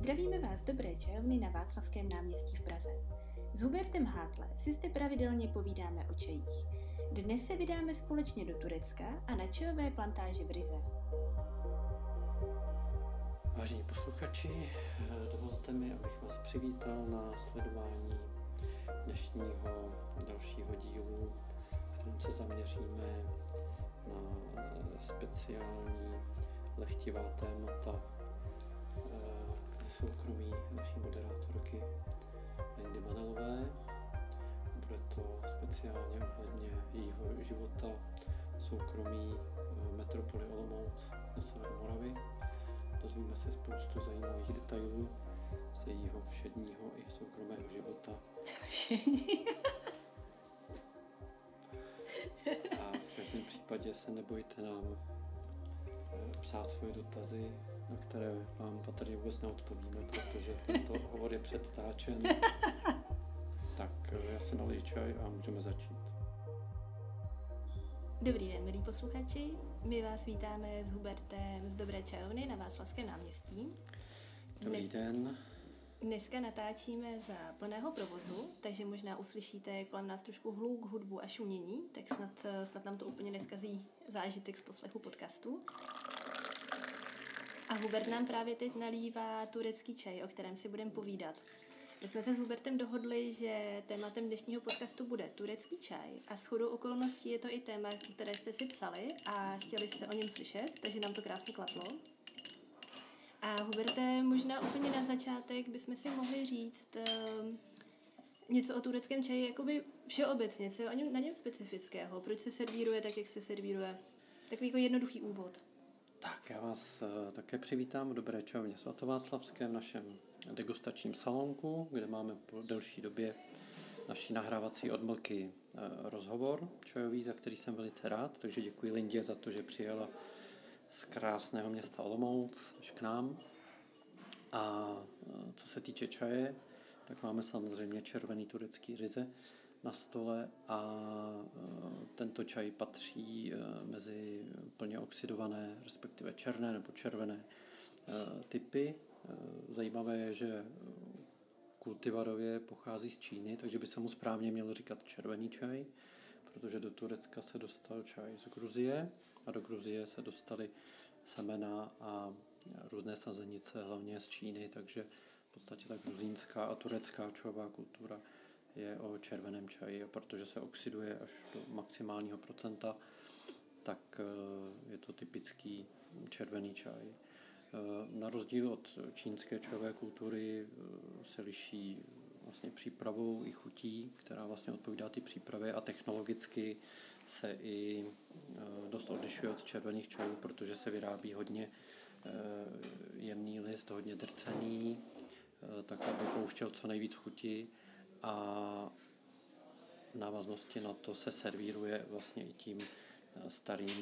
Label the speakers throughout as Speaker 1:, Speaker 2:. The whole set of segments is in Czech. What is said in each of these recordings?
Speaker 1: Zdravíme vás z Dobré čajovny na Václavském náměstí v Praze. S Hubertem Hátle si zde pravidelně povídáme o čajích. Dnes se vydáme společně do Turecka a na čajové plantáži v Rize.
Speaker 2: Vážení posluchači, dovolte mi, abych vás přivítal na sledování dnešního dalšího dílu, v kterém se zaměříme na speciální lehtivá témata ze soukromí naší moderátorky Lindy Manelové. Bude to speciálně ohledně jejího života soukromí metropoli Olomouc na severu Moravy. Dozvíme se spoustu zajímavých detailů z jejího všedního i soukromého života. A v každém případě se nebojte nám psát svoje dotazy, na které vám patrně vůbec neodpovíme, protože tento hovor je předtáčen. Tak já se naliju čaj a můžeme začít.
Speaker 1: Dobrý den, milí posluchači. My vás vítáme s Hubertem z Dobré čajovny na Václavském náměstí.
Speaker 2: Dobrý den.
Speaker 1: Dneska natáčíme za plného provozu, takže možná uslyšíte kolem nás trošku hluk, hudbu a šumění, tak snad nám to úplně neskazí zážitek z poslechu podcastu. A Hubert nám právě teď nalívá turecký čaj, o kterém si budeme povídat. My jsme se s Hubertem dohodli, že tématem dnešního podcastu bude turecký čaj a shodou okolností je to i téma, které jste si psali a chtěli jste o něm slyšet, takže nám to krásně klaplo. A Huberte, možná úplně na začátek bychom si mohli říct něco o tureckém čaji, jakoby všeobecně, co je na něm specifického, proč se servíruje tak, jak se servíruje. Takový jako jednoduchý úvod.
Speaker 2: Tak já vás také přivítám v Dobré čajovně svatováclavském, našem degustačním salonku, kde máme po delší době naší nahrávací odmlky rozhovor čajový, za který jsem velice rád, takže děkuji Lindě za to, že přijela z krásného města Olomouc až k nám. A co se týče čaje, tak máme samozřejmě červený turecký Rize na stole a tento čaj patří mezi plně oxidované, respektive černé nebo červené typy. Zajímavé je, že kultivarově pochází z Číny, takže by se mu správně mělo říkat červený čaj, protože do Turecka se dostal čaj z Gruzie a do Gruzie se dostaly semena a různé sazenice, hlavně z Číny, takže v podstatě ta gruzínská a turecká čajová kultura je o červeném čaji, a protože se oxiduje až do maximálního procenta, tak je to typický červený čaj. Na rozdíl od čínské čajové kultury se liší vlastně přípravou i chutí, která vlastně odpovídá ty přípravě, a technologicky se i dost odlišuje od červených čajů, protože se vyrábí hodně jemný list, hodně drcený, tak aby pouštěl co nejvíc chuti, a v návaznosti na to se servíruje vlastně i tím starým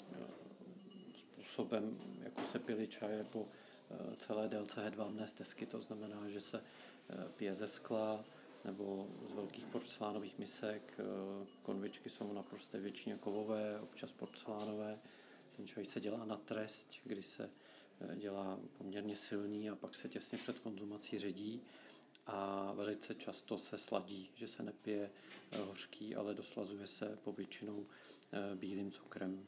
Speaker 2: způsobem, jako se pili čaje po celé délce hedvábné stezky. To znamená, že se pije ze skla nebo z velkých porcelánových misek. Konvičky jsou naprosto většině kovové, občas porcelánové. Ten čaj se dělá na trest, kdy se dělá poměrně silný a pak se těsně před konzumací ředí. A velice často se sladí, že se nepije hořký, ale doslazuje se povětšinou bílým cukrem.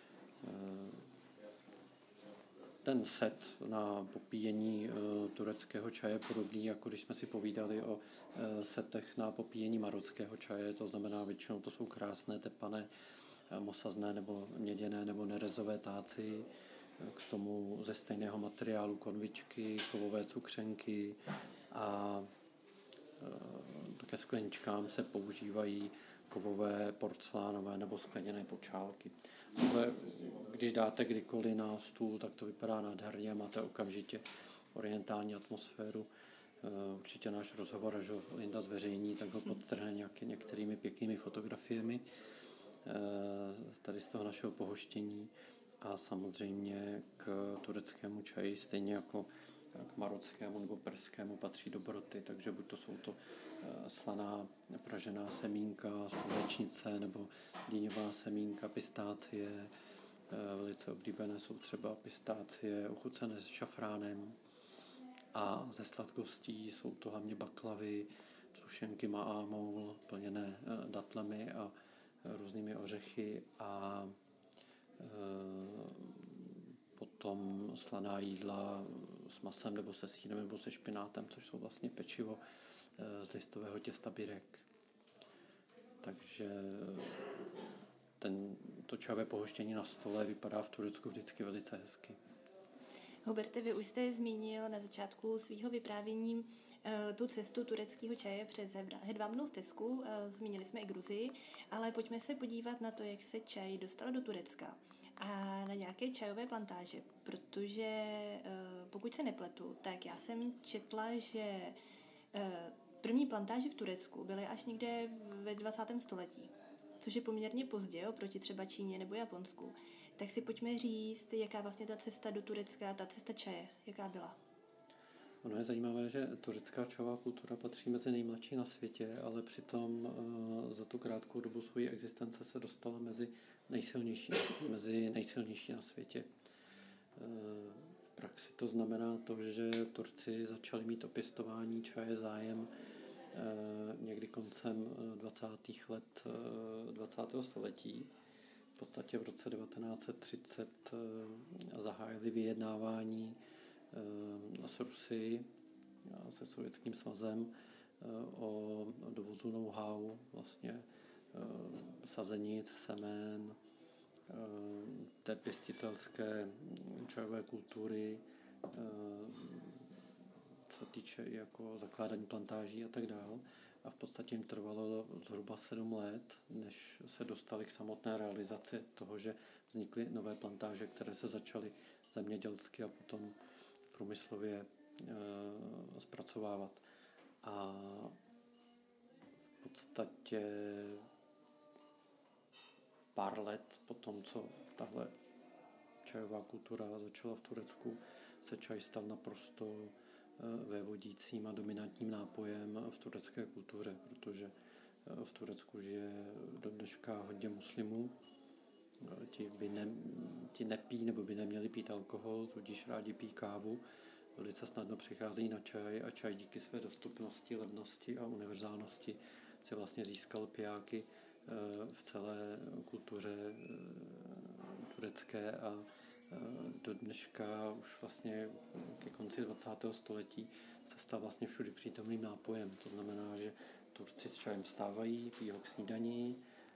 Speaker 2: Ten set na popíjení tureckého čaje je podobný, jako když jsme si povídali o setech na popíjení marockého čaje, to znamená většinou to jsou krásné tepané mosazné nebo měděné nebo nerezové táci, k tomu ze stejného materiálu konvičky, kovové cukřenky, a ke skleničkám se používají kovové, porcelánové nebo skleněné počálky. Ale když dáte kdykoliv na stůl, tak to vypadá nádherně a máte okamžitě orientální atmosféru. Určitě náš rozhovor, až ho Linda zveřejní, tak ho podtrhne některými pěknými fotografiemi tady z toho našeho pohoštění. A samozřejmě k tureckému čaji, stejně jako k marockému nebo perskému, patří dobroty, takže buď to jsou to slaná pražená semínka, slunečnice nebo dýňová semínka, pistácie. Velice oblíbené jsou třeba pistácie uchucené s šafránem, A ze sladkostí jsou to hlavně baklavy, sušenky ma'amol, plněné datlemi a různými ořechy a potom slaná jídla s masem nebo se sýrem nebo se špinátem, což jsou vlastně pečivo z listového těsta birek. Takže to čajové pohoštění na stole vypadá v Turecku vždycky velice hezky.
Speaker 1: Huberte, vy už jste zmínil na začátku svého vyprávění tu cestu tureckého čaje přes hedvábnou stezku, zmínili jsme i Gruzii, ale pojďme se podívat na to, jak se čaj dostal do Turecka a na nějaké čajové plantáže, protože pokud se nepletu, tak já jsem četla, že první plantáže v Turecku byly až někde ve 20. století, což je poměrně pozdě oproti třeba Číně nebo Japonsku. Tak si pojďme říct, jaká vlastně ta cesta do Turecka, ta cesta čaje, jaká byla.
Speaker 2: Ono je zajímavé, že turecká čajová kultura patří mezi nejmladší na světě, ale přitom za tu krátkou dobu své existence se dostala mezi nejsilnější na světě. V praxi to znamená to, že Turci začali mít o pěstování čaje zájem někdy koncem 20. let 20. století. V podstatě v roce 1930 zahájili vyjednávání s Rusy, se Sovětským svazem o dovozu know-how, vlastně sazenic, semen, té pěstitelské čajové kultury, co týče i jako zakládání plantáží a tak dále. A v podstatě jim trvalo zhruba 7 let, než se dostali k samotné realizaci toho, že vznikly nové plantáže, které se začaly zemědělsky a potom průmyslově zpracovávat. A v podstatě pár let po tom, co tahle čajová kultura začala v Turecku, se čaj stal naprosto vévodícím a dominantním nápojem v turecké kultuře, protože v Turecku žije do dneška hodně muslimů. Ti nepí nebo by neměli pít alkohol, tudíž rádi pí kávu. Velice snadno přicházejí na čaj a čaj díky své dostupnosti, levnosti a univerzálnosti si vlastně získal pijáky v celé kultuře turecké a do dneška už vlastně ke konci 20. století se stal vlastně všude přítomným nápojem. To znamená, že Turci s čajem vstávají, pijí ho k snídaní,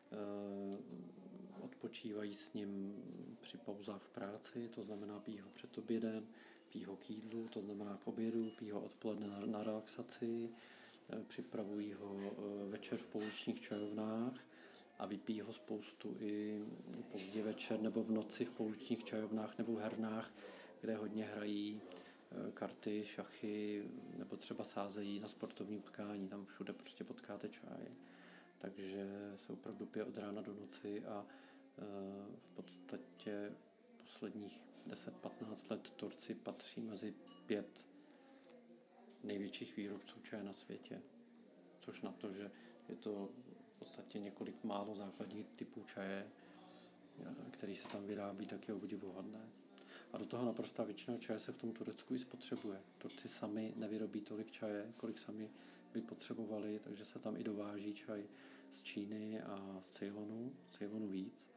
Speaker 2: odpočívají s ním při pauzách v práci, to znamená pijí ho před obědem, pijí ho k jídlu, to znamená k obědu, pijí ho odpoledne na relaxaci, připravují ho večer v pouličních čajovnách a vypijí ho spoustu i pozdě večer nebo v noci v pouličních čajovnách nebo v hernách, kde hodně hrají karty, šachy nebo třeba sázejí na sportovní utkání, tam všude prostě potkáte čaj. Takže se opravdu pije od rána do noci a v podstatě posledních 10-15 let Turci patří mezi 5 největších výrobců čaje na světě. Což na to, že je to v podstatě několik málo základních typů čaje, který se tam vyrábí, tak je obdivuhodné. A do toho naprostá většina čaje se v tom Turecku i spotřebuje. Turci sami nevyrobí tolik čaje, kolik sami by potřebovali, takže se tam i dováží čaj z Číny a z Ceylonu víc.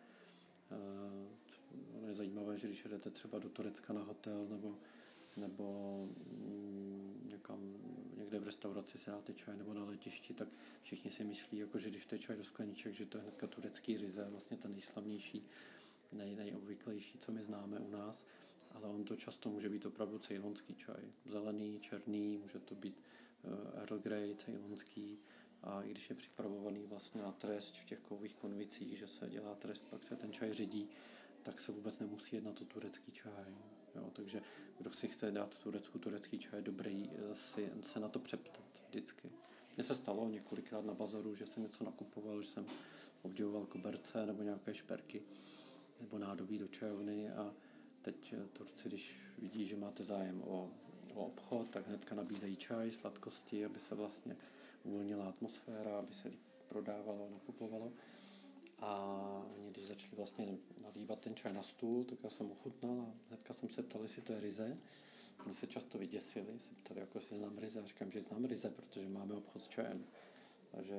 Speaker 2: Je zajímavé, že když jdete třeba do Turecka na hotel nebo někde v restauraci si dáte čaj nebo na letišti, tak všichni si myslí, jako, že když to je čaj do skleniček, že to je hnedka turecký ryze, vlastně ten nejslavnější, nejobvyklejší, co my známe u nás, ale on to často může být opravdu ceylonský čaj. Zelený, černý, může to být Earl Grey, ceylonský, a i když je připravovaný vlastně na trest v těch kovových konvicích, že se dělá trest, pak se ten čaj ředí, tak se vůbec nemusí jednat o turecký čaj. Jo, takže kdo si chce dát v Turecku turecký čaj, je dobrý se na to přeptat vždycky. Mně se stalo několikrát na bazaru, že jsem něco nakupoval, že jsem obdivoval koberce nebo nějaké šperky nebo nádobí do čajovny a teď Turci, když vidí, že máte zájem o obchod, tak hnedka nabízejí čaj, sladkosti, aby se vlastně uvolnila atmosféra, aby se prodávalo, nakupovalo. A oni, když začali vlastně nalívat ten čaj na stůl, tak já jsem ochutnal a hnedka jsem se ptal, jestli to je ryze. Oni se často vyděsili, se ptali, jako si znám ryze. A říkám, že znám ryze, protože máme obchod s čajem. Takže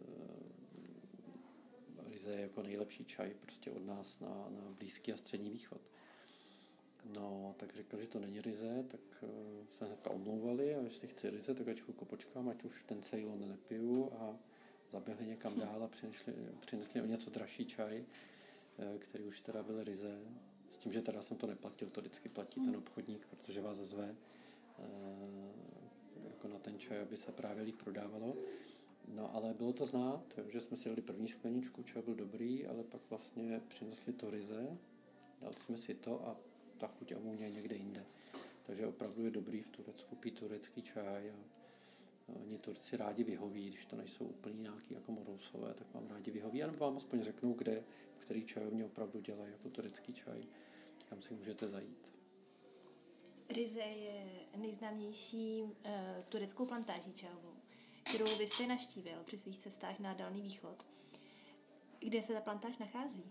Speaker 2: ryze je jako nejlepší čaj prostě od nás na Blízký a Střední východ. No, tak řekl, že to není ryze, tak jsme hnedka omlouvali a jestli chci ryze, tak ať chvilku počkám, ať už ten Ceylon nepiju a zaběhli někam dál a přinesli o něco dražší čaj, který už teda byl ryze. S tím, že teda jsem to neplatil, to vždycky platí ten obchodník, protože vás zve jako na ten čaj, aby se právě líp prodávalo. No, ale bylo to znát, že jsme si dali první skleničku, čaj byl dobrý, ale pak vlastně přinesli to ryze, dali jsme si to a ta chuť a vůně je někde jinde. Takže opravdu je dobrý v Turecku pít turecký čaj a oni Turci rádi vyhoví, když to nejsou úplně nějaký jako Morousové, tak vám rádi vyhoví. A vám aspoň řeknou, kde, v který čajovně opravdu dělají jako turecký čaj, kam si můžete zajít.
Speaker 1: Rize je nejznámější tureckou plantáží čajovou, kterou vy jste navštívil při svých cestách na Dálný východ. Kde se ta plantáž nachází?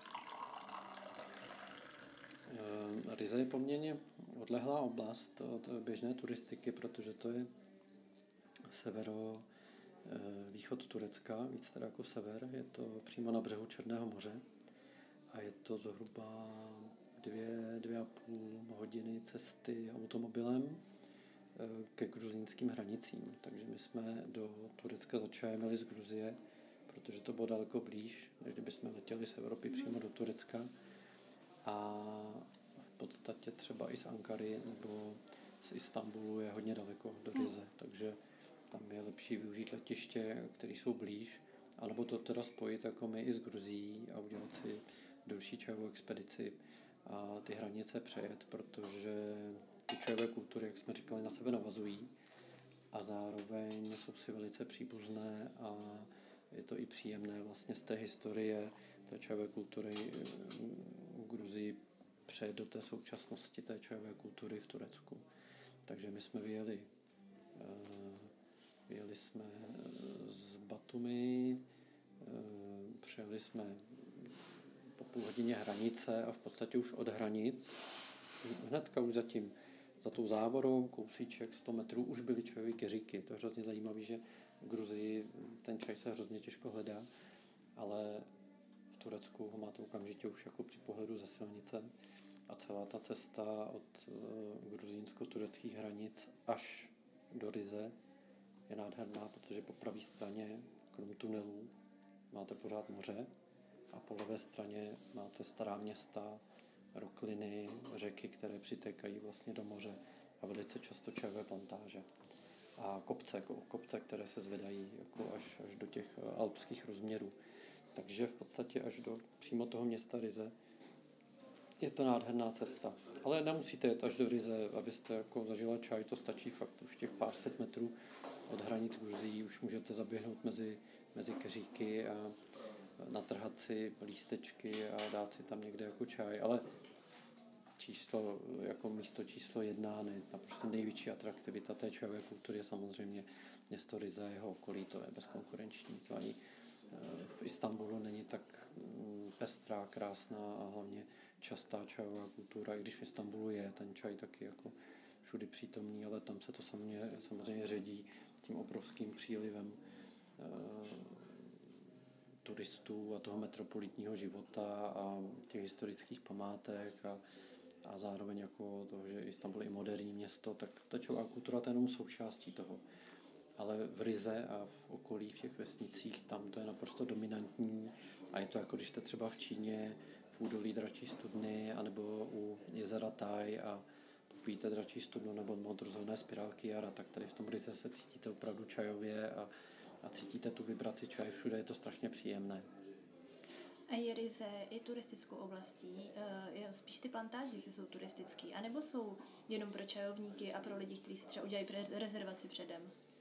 Speaker 2: Rize je poměrně odlehlá oblast od běžné turistiky, protože to je východ Turecka, víc teda jako sever, je to přímo na břehu Černého moře a je to zhruba 2,5 hodiny cesty automobilem ke gruzínským hranicím. Takže my jsme do Turecka začali jeli z Gruzie, protože to bylo daleko blíž, než kdybychom letěli z Evropy přímo do Turecka. A v podstatě třeba i z Ankary nebo z Istanbulu je hodně daleko do Rize, takže tam je lepší využít letiště, které jsou blíž, anebo to teda spojit jako my i z Gruzií a udělat si delší čajovou expedici a ty hranice přejet, protože ty čajové kultury, jak jsme říkali, na sebe navazují a zároveň jsou si velice příbuzné a je to i příjemné vlastně z té historie té čajové kultury v Gruzii přejet do té současnosti té čajové kultury v Turecku. Takže my jsme vyjeli jsme z Batumi, přejeli jsme po půl hodině hranice a v podstatě už od hranic, hnedka už za tou závorou, kousíček 100 metrů, už byly čajové keříky. To je hrozně zajímavé, že v Gruzii ten čaj se hrozně těžko hledá, ale v Turecku ho máte okamžitě už jako při pohledu ze silnice a celá ta cesta od gruzínsko-tureckých hranic až do Rize je nádherná, protože po pravé straně, krom tunelů, máte pořád moře a po levé straně máte stará města, rokliny, řeky, které přitékají vlastně do moře a velice často čajové plantáže. A kopce, které se zvedají jako až do těch alpských rozměrů. Takže v podstatě až do přímo toho města Rize je to nádherná cesta. Ale nemusíte jet až do Rize, abyste jako zažila čaj, to stačí fakt už těch pár set metrů od hranic Gruzii, už můžete zaběhnout mezi keříky a natrhat si lístečky a dát si tam někde jako čaj, ale místo číslo 1, naprosto největší atraktivita té čajové kultury je samozřejmě město Rize a jeho okolí, to je bezkonkurenční. To ani v Istanbulu není tak pestrá, krásná a hlavně častá čajová kultura, i když v Istanbulu je ten čaj taky jako všudy přítomný, ale tam se to samozřejmě ředí tím obrovským přílivem turistů a toho metropolitního života a těch historických památek a zároveň jako toho, že Istanbul je moderní město, tak ta čajová kultura to je jenom součástí toho. Ale v Rize a v okolí, v těch vesnicích, tam to je naprosto dominantní a je to jako když jste třeba v Číně v údolí Dračí studny anebo u jezera Taj a popíte Dračí studnu nebo modrozelené spirálky jara, tak tady v tom Rize se cítíte opravdu čajově a cítíte tu vibraci čaje, všude je to strašně příjemné.
Speaker 1: A je Rize i turistickou oblastí? Spíš ty plantáže jsou turistický, anebo jsou jenom pro čajovníky a pro lidi, kteří si třeba udělají rezervaci předem?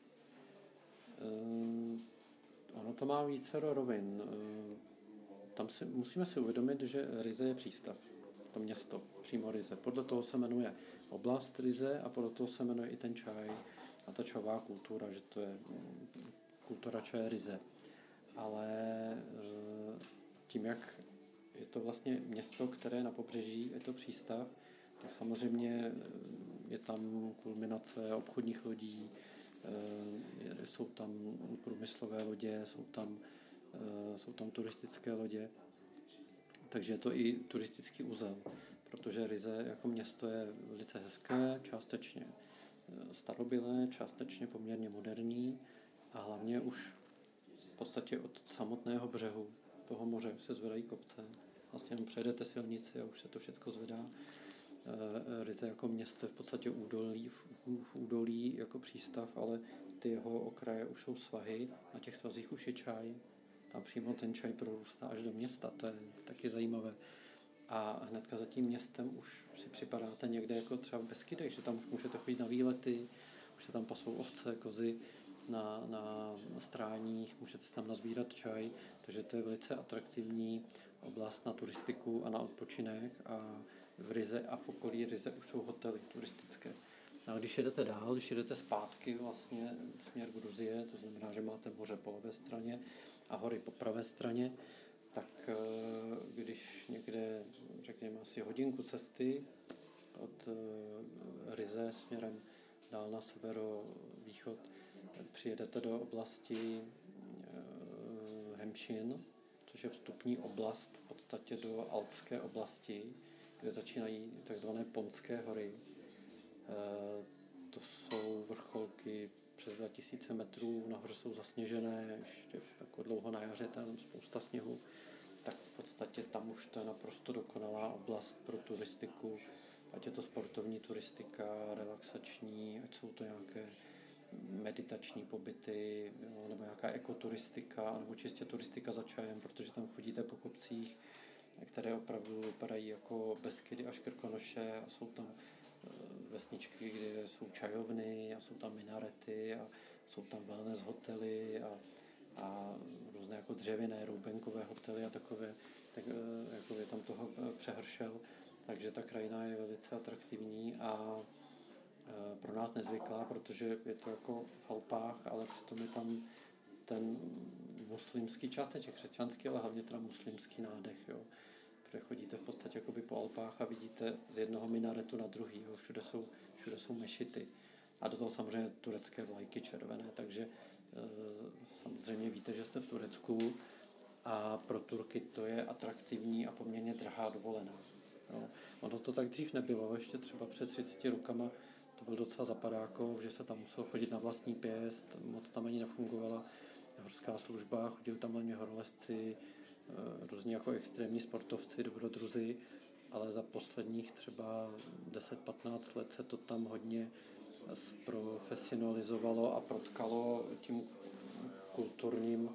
Speaker 2: Ono to má vícero rovin. Musíme si uvědomit, že Rize je přístav, to město, přímo Rize. Podle toho se jmenuje oblast Rize a podle toho se jmenuje i ten čaj a ta čajová kultura, že to je kultura čaje Rize. Ale tím, jak je to vlastně město, které je na pobřeží, je to přístav, tak samozřejmě je tam kulminace obchodních lodí, jsou tam průmyslové lodě, jsou tam turistické lodě, takže je to i turistický uzel, protože Rize jako město je velice hezké, částečně starobylé, částečně poměrně moderní a hlavně už v podstatě od samotného břehu toho moře se zvedají kopce. Vlastně jenom přejedete silnici a už se to všechno zvedá. Rize jako město je v podstatě v údolí jako přístav, ale ty jeho okraje už jsou svahy, na těch svazích už je čaj. Tam přímo ten čaj prorůstá až do města, to je taky zajímavé. A hnedka za tím městem už si připadáte někde jako třeba v Beskydech, že tam už můžete chodit na výlety, už se tam pasou ovce, kozy na stráních, můžete si tam nazbírat čaj, takže to je velice atraktivní oblast na turistiku a na odpočinek a v Rize a v okolí Rize už jsou hotely turistické. A když jedete dál, když jedete zpátky vlastně směr Gruzie, to znamená, že máte moře po levé straně a hory po pravé straně, tak když někde, řekněme, asi hodinku cesty od Rize směrem dál na severovýchod, přijedete do oblasti Hemšin, což je vstupní oblast v podstatě do alpské oblasti, kde začínají takzvané Ponské hory. To jsou vrcholky přes 2000 metrů, nahoře jsou zasněžené, ještě jako dlouho na jaře, tam spousta sněhu, tak v podstatě tam už to je naprosto dokonalá oblast pro turistiku, ať je to sportovní turistika, relaxační, ať jsou to nějaké meditační pobyty, nebo nějaká ekoturistika, nebo čistě turistika za čajem, protože tam chodíte po kopcích, které opravdu vypadají jako Beskydy až Krkonoše a jsou tam vesničky, kde jsou čajovny a jsou tam minarety a jsou tam wellness hotely a různé jako dřevěné roubenkové hotely a takové, tak jako je tam toho přehršel, takže ta krajina je velice atraktivní a pro nás nezvyklá, protože je to jako v Alpách, ale přitom je tam ten muslimský částeček, křesťanský, ale hlavně teda muslimský nádech, jo. Protože chodíte v podstatě jakoby po Alpách a vidíte z jednoho minaretu na druhý, jo. Všude jsou mešity. A do toho samozřejmě turecké vlajky červené, takže samozřejmě víte, že jste v Turecku a pro Turky to je atraktivní a poměrně drahá dovolená. Jo. Ono to tak dřív nebylo, ještě třeba před 30 rokama to byl docela zapadákov, že se tam muselo chodit na vlastní pěst, moc tam ani nefungovala horská služba, chodili tam hlavně horolezci, různí jako extrémní sportovci, dobrodruzi, ale za posledních třeba 10-15 let se to tam hodně zprofesionalizovalo a protkalo tím kulturním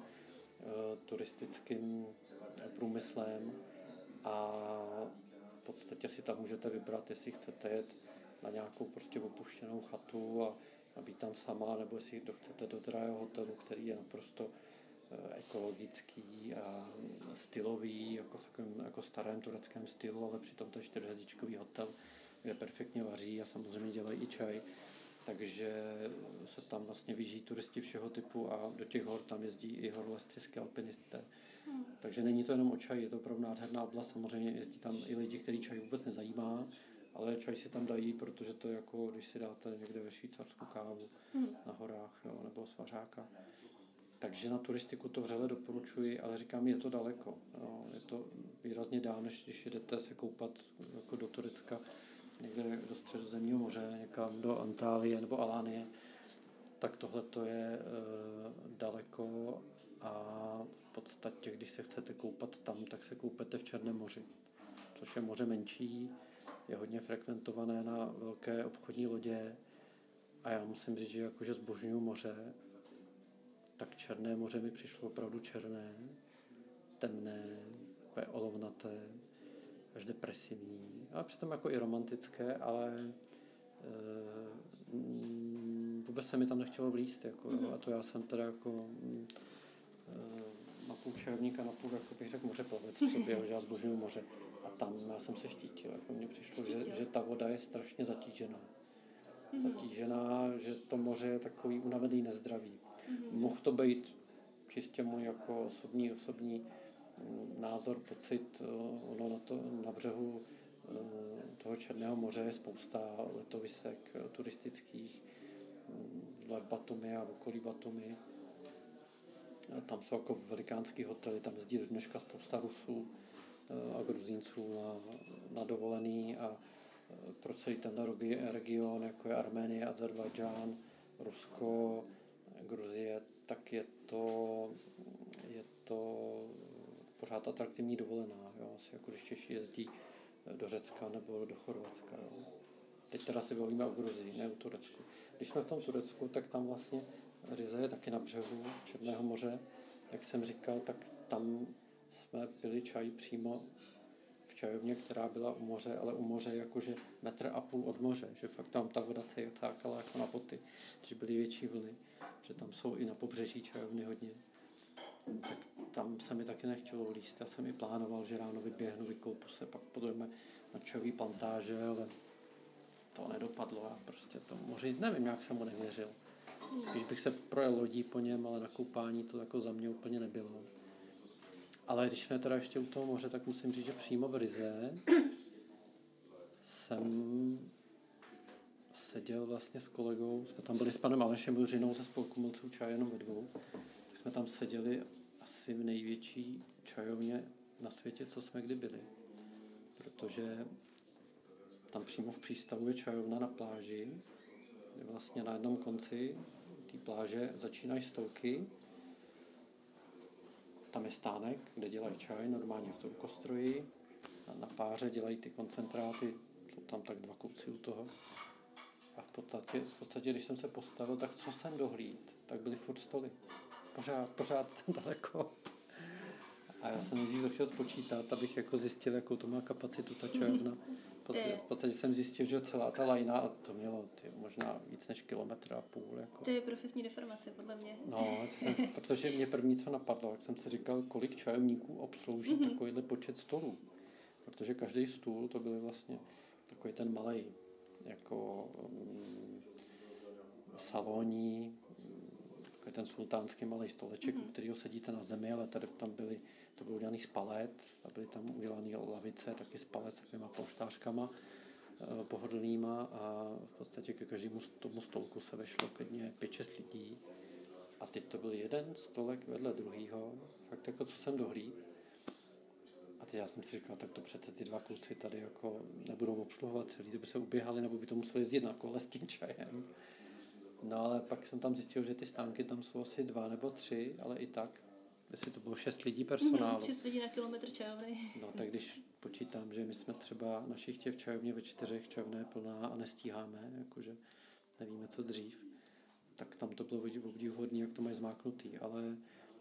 Speaker 2: turistickým průmyslem a v podstatě si tam můžete vybrat, jestli chcete jet na nějakou prostě opuštěnou chatu a být tam sama, nebo jestli chcete do drahého hotelu, který je naprosto ekologický a stylový, jako v takovém jako starém tureckém stylu, ale přitom to je 4hvězdičkový hotel, kde perfektně vaří a samozřejmě dělají i čaj. Takže se tam vlastně vyžijí turisti všeho typu a do těch hor tam jezdí i horolezci, alpinisté. Takže není to jenom o čaji, je to opravdu nádherná oblast. Samozřejmě jezdí tam i lidi, který čaj vůbec nezajímá, ale čaj si tam dají, protože to je jako, když si dáte někde ve Švýcarsku kávu na horách, jo, nebo svařáka. Takže na turistiku to vřele doporučuji, ale říkám, je to daleko. Jo. Je to výrazně dál, než když jedete se koupat jako do Turecka, někde do Středozemního moře, někam do Antálie nebo Alánie. Tak tohle to je daleko a v podstatě, když se chcete koupat tam, tak se koupete v Černém moři, což je moře menší, je hodně frekventované na velké obchodní lodě a já musím říct, že jakože zbožňuju moře, tak Černé moře mi přišlo opravdu černé, temné, olovnaté, až depresivní, a přitom jako i romantické, ale vůbec se mi tam nechtělo vlízt, jako, a to já jsem teda jako napůl čajovník a napůl, jako bych řekl, mořeplavec v sobě, že já zbožňuju moře. A tam já jsem se štítil, jako mně přišlo, že ta voda je strašně zatížená. Zatížená, že to moře je takový unavený, nezdravý. Mohl to být čistě můj jako osobní názor, pocit, ono na břehu toho Černého moře je spousta letovisek turistických v Batumi a v okolí Batumi. Tam jsou jako velikánský hotely, tam jezdí do dneška spousta Rusů a Gruzínců na dovolený a pro celý ten region, jako je Arménie, Azerbajdžán, Rusko, Gruzie, tak je to pořád atraktivní dovolená. Jo? Asi jako když Češi jezdí do Řecka nebo do Chorvatska. Jo? Teď teda si bavíme o Gruzii, ne o Turecku. Když jsme v tom Turecku, tak tam vlastně Rize je taky na břehu Černého moře. Jak jsem říkal, tak tam jsme pili čaj přímo v čajovně, která byla u moře, ale u moře jakože 1,5 metru od moře, že fakt tam ta voda se cákala jako na boty, že byly větší vlny, že tam jsou i na pobřeží čajovny hodně. Tak tam se mi taky nechtělo ulíst. Já jsem i plánoval, že ráno vyběhnu, vykoupu se, pak půjdeme na čajový plantáže, ale to nedopadlo. Já prostě to moři, nevím, jak jsem mu nevěřil. Spíš bych se projel lodí po něm, ale na koupání to jako za mě úplně nebylo. Ale když jsme teda ještě u toho moře, tak musím říct, že přímo v Rize jsem seděl vlastně s kolegou, jsme tam byli s panem Alešem Juřinou ze spolku Milců čaje jenom ve dvou, tak jsme tam seděli asi v největší čajovně na světě, co jsme kdy byli. Protože tam přímo v přístavu je čajovna na pláži, kde vlastně na jednom konci té pláže začínají stolky. Tam je stánek, kde dělají čaj, normálně v tom kostroji. A na páře dělají ty koncentráty, jsou tam tak 2 kluci u toho. A v podstatě, když jsem se postavil, tak co jsem dohlíd, tak byly furt stoly. Pořád daleko. A já jsem nejdřív začal spočítat, abych jako zjistil, jakou to má kapacitu ta čajovna. V podstatě jsem zjistil, že celá ta lajna, a to mělo možná víc než 1,5 kilometru. Jako.
Speaker 1: To je profesní deformace, podle mě.
Speaker 2: No, protože mě první, co napadlo, jak jsem si říkal, kolik čajovníků obslouží takovýhle počet stolů. Protože každý stůl, to byl vlastně takový ten malej, jako saloní, takový ten sultánský malý stoleček, u kterého sedíte na zemi, ale tady tam to bylo udělaný z palet a byly tam udělané lavice, taky z palet s takovýma polštářkama pohodlnýma a v podstatě ke každému tomu stolku se vešlo klidně 5-6 lidí. A teď to byl jeden stolek vedle druhýho, fakt jako co jsem dohlíd. A teď já jsem si říkal, tak to přece ty 2 kluci tady jako nebudou obsluhovat celý, kdyby se uběhali, nebo by to museli jezdit na kole s tím čajem. No ale pak jsem tam zjistil, že ty stánky tam jsou asi 2 nebo 3, ale i tak, jestli to bylo 6 lidí personálu.
Speaker 1: 6 lidí na kilometr čajovny.
Speaker 2: No tak když počítám, že my jsme třeba na šichtě v čajovně ve 4, čajovna je plná a nestíháme, jakože nevíme co dřív, tak tam to bylo obdivuhodný, jak to mají zmáknutý, ale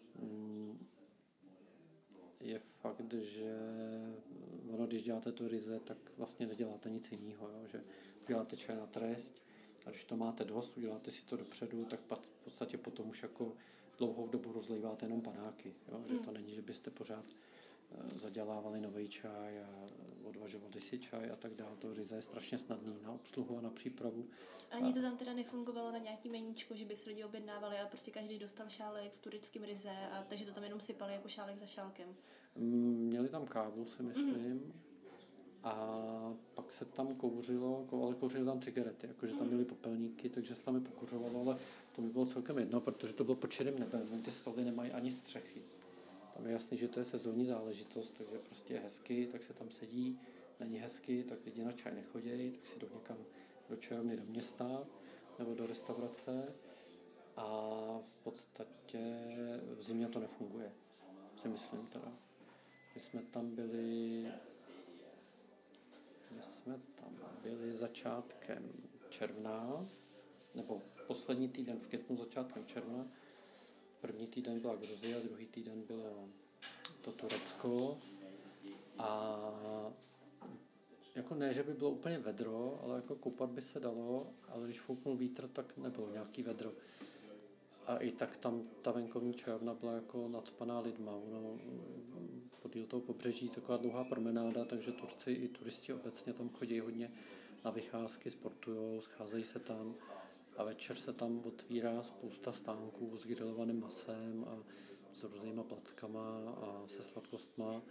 Speaker 2: je fakt, že ono, když děláte to Rize, tak vlastně neděláte nic jiného, jo? Že děláte čaj na trest a když to máte dost, uděláte si to dopředu, tak v podstatě potom už jako dlouhou dobu rozléváte jenom panáky, jo? Že to není, že byste pořád zadělávali nový čaj a odvažovali si čaj a tak dále. To Rize je strašně snadný na obsluhu a na přípravu.
Speaker 1: Ani to tam teda nefungovalo na nějaký meníčko, že by se lidi objednávali a prostě každý dostal šálek s tureckým Rize a takže to tam jenom sypali jako šálek za šálkem.
Speaker 2: Měli tam kávu, si myslím. A pak se tam kouřilo, ale kouřili tam cigarety, jakože tam měli popelníky, takže se tam je pokuřovalo, ale to mi bylo celkem jedno, protože to bylo pod širým nebem, ty stoly nemají ani střechy. Tam je jasný, že to je sezónní záležitost, takže prostě je hezky, tak se tam sedí, není hezky, tak lidi na čaj nechodějí, tak si jdou někam do čajovny do města nebo do restaurace a v podstatě v zimě to nefunguje, si myslím teda. My jsme tam byli začátkem června, nebo poslední týden v květnu, začátkem června. První týden byla Gruzie, druhý týden bylo to Turecko. A jako ne, že by bylo úplně vedro, ale jako koupat by se dalo, ale když fouknul vítr, tak nebylo nějaký vedro. A i tak tam ta venkovní čajovna byla jako nacpaná lidma. No, podíl toho pobřeží taková dlouhá promenáda, takže Turci i turisti obecně tam chodí hodně na vycházky, sportujou, scházejí se tam a večer se tam otvírá spousta stánků s grilovaným masem a s různýma plackama a se sladkostma.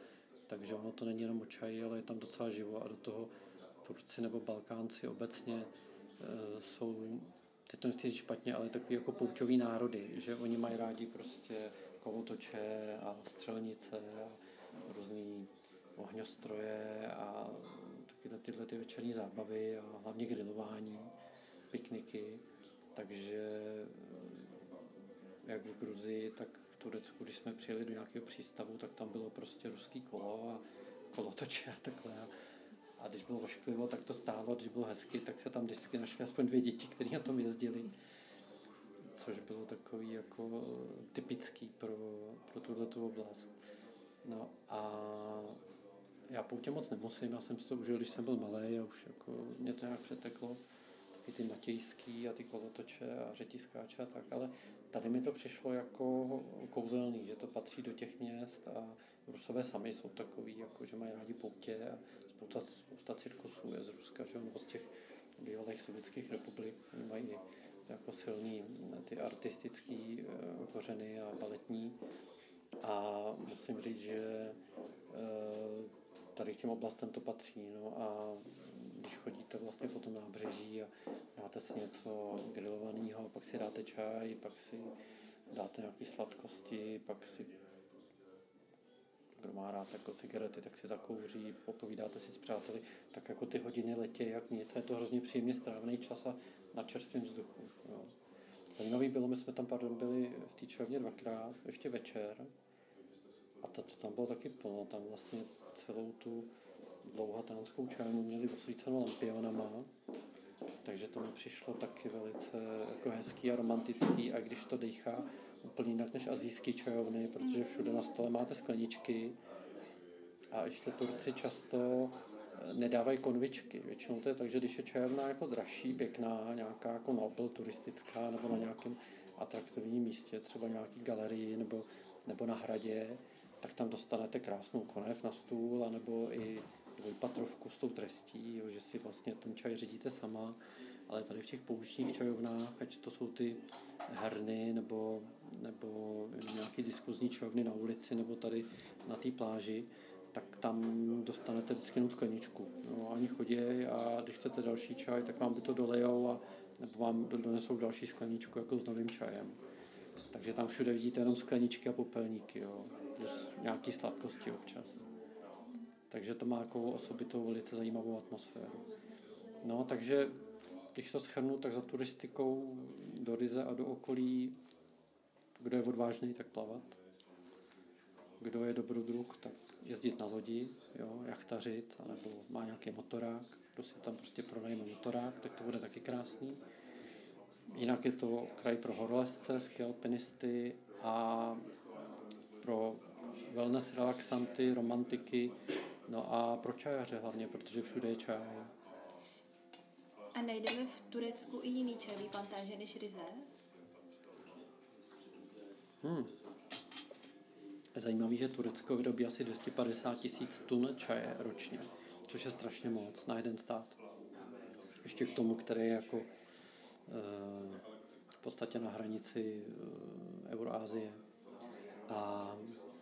Speaker 2: takže ono to není jenom o čaji, ale je tam docela živo a do toho Turci nebo Balkánci obecně jsou, teď to nechci špatně, ale takový jako poučový národy, že oni mají rádi prostě kolotoče a střelnice a různý ohňostroje a tyhle ty večerní zábavy a hlavně grilování, pikniky, takže jak v Gruzii, tak v Turecku, když jsme přijeli do nějakého přístavu, tak tam bylo prostě ruský kolo a kolotoče a takhle. A když bylo ošklivo, tak to stálo, když bylo hezky, tak se tam vždycky našly aspoň 2 děti, které na tom jezdili. Což bylo takový jako typický pro tuhletu oblast. No a já poutě moc nemusím, já jsem si to užil, když jsem byl malý a už jako mě to nějak přeteklo. Taky ty matějský a ty kolotoče a řetiskáče a tak, ale tady mi to přišlo jako kouzelný, že to patří do těch měst a Rusové sami jsou takový, jako že mají rádi poutě a spousta cirkusů je z Ruska, že nebo z těch bývalých sovětských republik, oni mají jako silný ty artistický kořeny a baletní a musím říct, že tady k těm oblastem to patří, no a když chodíte vlastně po tom nábřeží a dáte si něco grilovaného, pak si dáte čaj, pak si dáte nějaké sladkosti, pak si, kdo má rád jako cigarety, tak si zakouří, popovídáte si s přáteli, tak jako ty hodiny letí jak nic, je to hrozně příjemně strávený čas a na čerstvém vzduchu. Jo. Zajímavý bylo, my jsme tam byli v té čajovně 2krát, ještě večer, a to tam bylo taky plno, tam vlastně celou tu dlouhatánskou čajovnu měli osvícenou lampionama, takže to mi přišlo taky velice jako hezký a romantický, a když to dýchá úplně jinak než asijský čajovny, protože všude na stole máte skleničky a ještě Turci často nedávají konvičky. Většinou to je tak, že když je čajovna jako dražší, pěkná, nějaká jako Nobel turistická nebo na nějakém atraktivním místě, třeba nějaký galerii nebo na hradě, tak tam dostanete krásnou konev na stůl, anebo i dvojpatrovku s tou trestí, jo, že si vlastně ten čaj řídíte sama, ale tady v těch pouličních čajovnách, ať to jsou ty herny nebo nějaký diskuzní čajovny na ulici nebo tady na té pláži, tak tam dostanete vždycky jenom skleničku. No, oni chodí a když chcete další čaj, tak vám by to dolejou a nebo vám donesou další skleničku jako s novým čajem. Takže tam všude vidíte jenom skleničky a popelníky, jo, plus nějaký sladkosti občas. Takže to má jako osobitou velice zajímavou atmosféru. No, takže když to shrnu, tak za turistikou do Rize a do okolí, kdo je odvážný, tak plavat. Kdo je dobrodruh, tak jezdit na lodi, jo, jachtařit, nebo má nějaký motorák, kdo si tam prostě pronajme motorák, tak to bude taky krásný. Jinak je to kraj pro horolezce, ski alpinisty a pro wellness relaxanty, romantiky, no a pro čajaře hlavně, protože všude je čaj.
Speaker 1: A najdeme v Turecku i jiný čajový plantáže než Rize?
Speaker 2: Zajímavý, že Turecko vyrobí asi 250 000 tun čaje ročně, což je strašně moc na jeden stát. Ještě k tomu, který je jako v podstatě na hranici Euroázie. A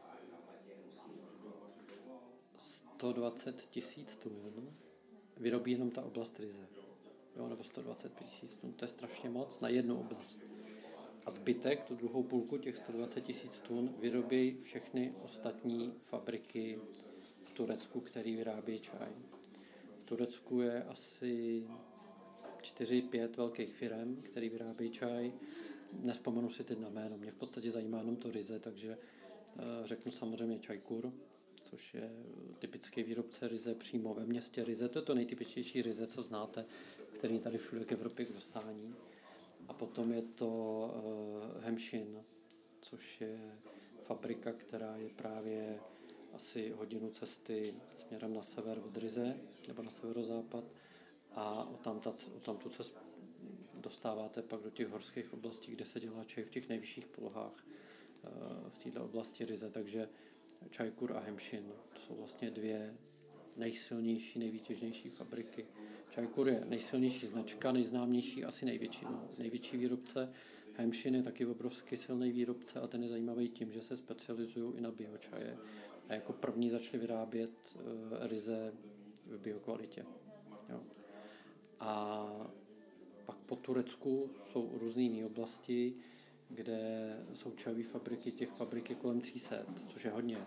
Speaker 2: 120 000 tun vyrobí jenom ta oblast Rize. Jo, nebo 125 000 tun, to je strašně moc na jednu oblast. A zbytek, tu druhou půlku těch 120 000 tun, vyrobí všechny ostatní fabriky v Turecku, které vyrábějí čaj. V Turecku je asi 4-5 velkých firem, které vyrábějí čaj. Nespomenu si teď na jméno, mě v podstatě zajímá jenom to Rize, takže řeknu samozřejmě Čajkur, což je typický výrobce Rize přímo ve městě Rize. To je to nejtypičtější Rize, co znáte, který tady všude k Evropě k dostání. A potom je to Hemšin, což je fabrika, která je právě asi hodinu cesty směrem na sever od Rize, nebo na severozápad. A odtamtud se dostáváte pak do těch horských oblastí, kde se dělá čaj v těch nejvyšších polohách v této oblasti Rize. Takže Čajkur a Hemšin, to jsou vlastně dvě nejsilnější, nejvýtěžnější fabriky. Čajkur je nejsilnější značka, nejznámější, asi největší výrobce. Hemšin je taky obrovský silný výrobce a ten je zajímavý tím, že se specializují i na biočaje a jako první začali vyrábět ryze v biokvalitě. Jo. A pak po Turecku jsou různé jiné oblasti, kde jsou čajové fabriky, těch fabrik je kolem 300, což je hodně.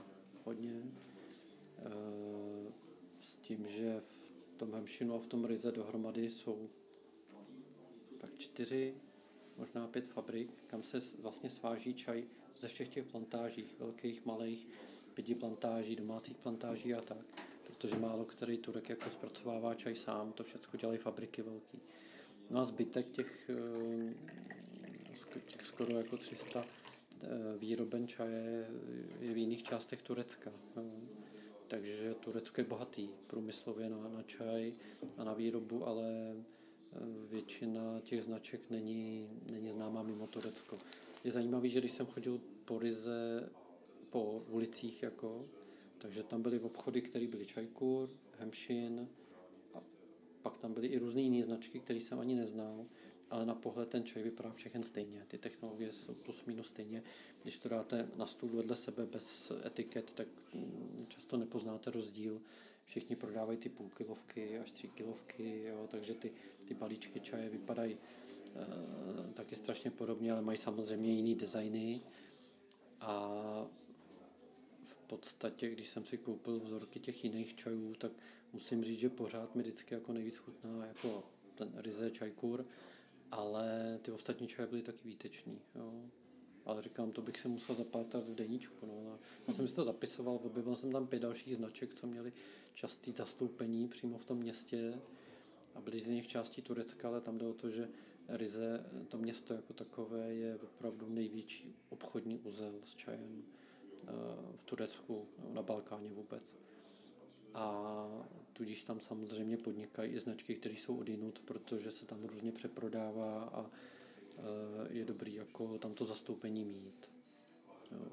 Speaker 2: S tím, že v tom hemšinu a v tom ryze dohromady jsou tak 4, možná 5 fabrik, kam se vlastně sváží čaj ze všech těch plantáží, velkých, malých, 5 plantáží, domácích plantáží a tak. Protože málo který Turek jako zpracovává čaj sám, to všechno dělají fabriky velký. No a zbytek těch skoro jako 300 výroben čaje je v jiných částech Turecka. Takže Turecko je bohatý průmyslově na čaj a na výrobu, ale většina těch značek není známá mimo Turecko. Je zajímavý, že když jsem chodil po ryze, po ulicích, takže tam byly obchody, které byly Čajkur, Hemšin, a pak tam byly i různé jiné značky, které jsem ani neznal, ale na pohled ten čaj vypadá všechny stejně. Ty technologie jsou plus minus stejně. Když to dáte na stůl vedle sebe bez etiket, tak často nepoznáte rozdíl. Všichni prodávají ty půlkilovky až 3kilovky, jo, takže ty balíčky čaje vypadají taky strašně podobně, ale mají samozřejmě jiný designy. A v podstatě, když jsem si koupil vzorky těch jiných čajů, tak musím říct, že pořád mi vždycky jako nejvíc chutná jako ten ryze Čajkur, ale ty ostatní čaje byly taky výtečný. Jo. Ale říkám, to bych se musel zapátrat v deníčku. No. Já jsem si to zapisoval, objevil jsem tam 5 dalších značek, co měly častý zastoupení přímo v tom městě a byly z jiných částí Turecka, ale tam jde o to, že ryze, to město jako takové, je opravdu největší obchodní uzel s čajem v Turecku, na Balkáně vůbec. A tudíž tam samozřejmě podnikají i značky, které jsou odjinud, protože se tam různě přeprodává a je dobrý jako tam to zastoupení mít. Jo.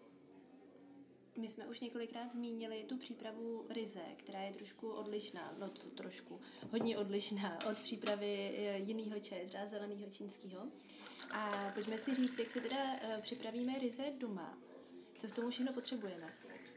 Speaker 1: My jsme už několikrát zmínili tu přípravu ryze, která je trošku odlišná, hodně odlišná od přípravy jiného čaje, třeba zeleného čínského. A pojďme si říct, jak si teda připravíme ryze doma. Co k tomu všechno potřebujeme?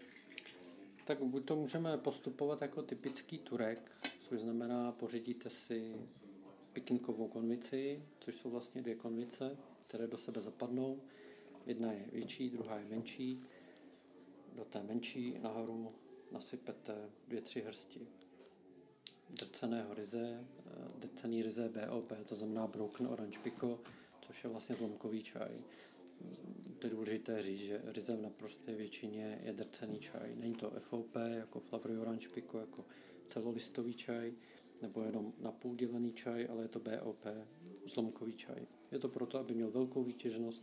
Speaker 2: Tak buď to můžeme postupovat jako typický Turek, což znamená, pořídíte si pikinkovou konvici, což jsou vlastně 2 konvice, které do sebe zapadnou. Jedna je větší, druhá je menší. Do té menší nahoru nasypete 2-3 hrsti drceného ryze, drcený ryze BOP, to znamená Broken Orange Pekoe, což je vlastně zlomkový čaj. To je důležité říct, že ryze v naprosté většině je drcený čaj. Není to FOP, jako Flowery Orange Pekoe, jako celolistový čaj, nebo jenom napůl dělený čaj, ale je to BOP, zlomkový čaj. Je to proto, aby měl velkou výtěžnost,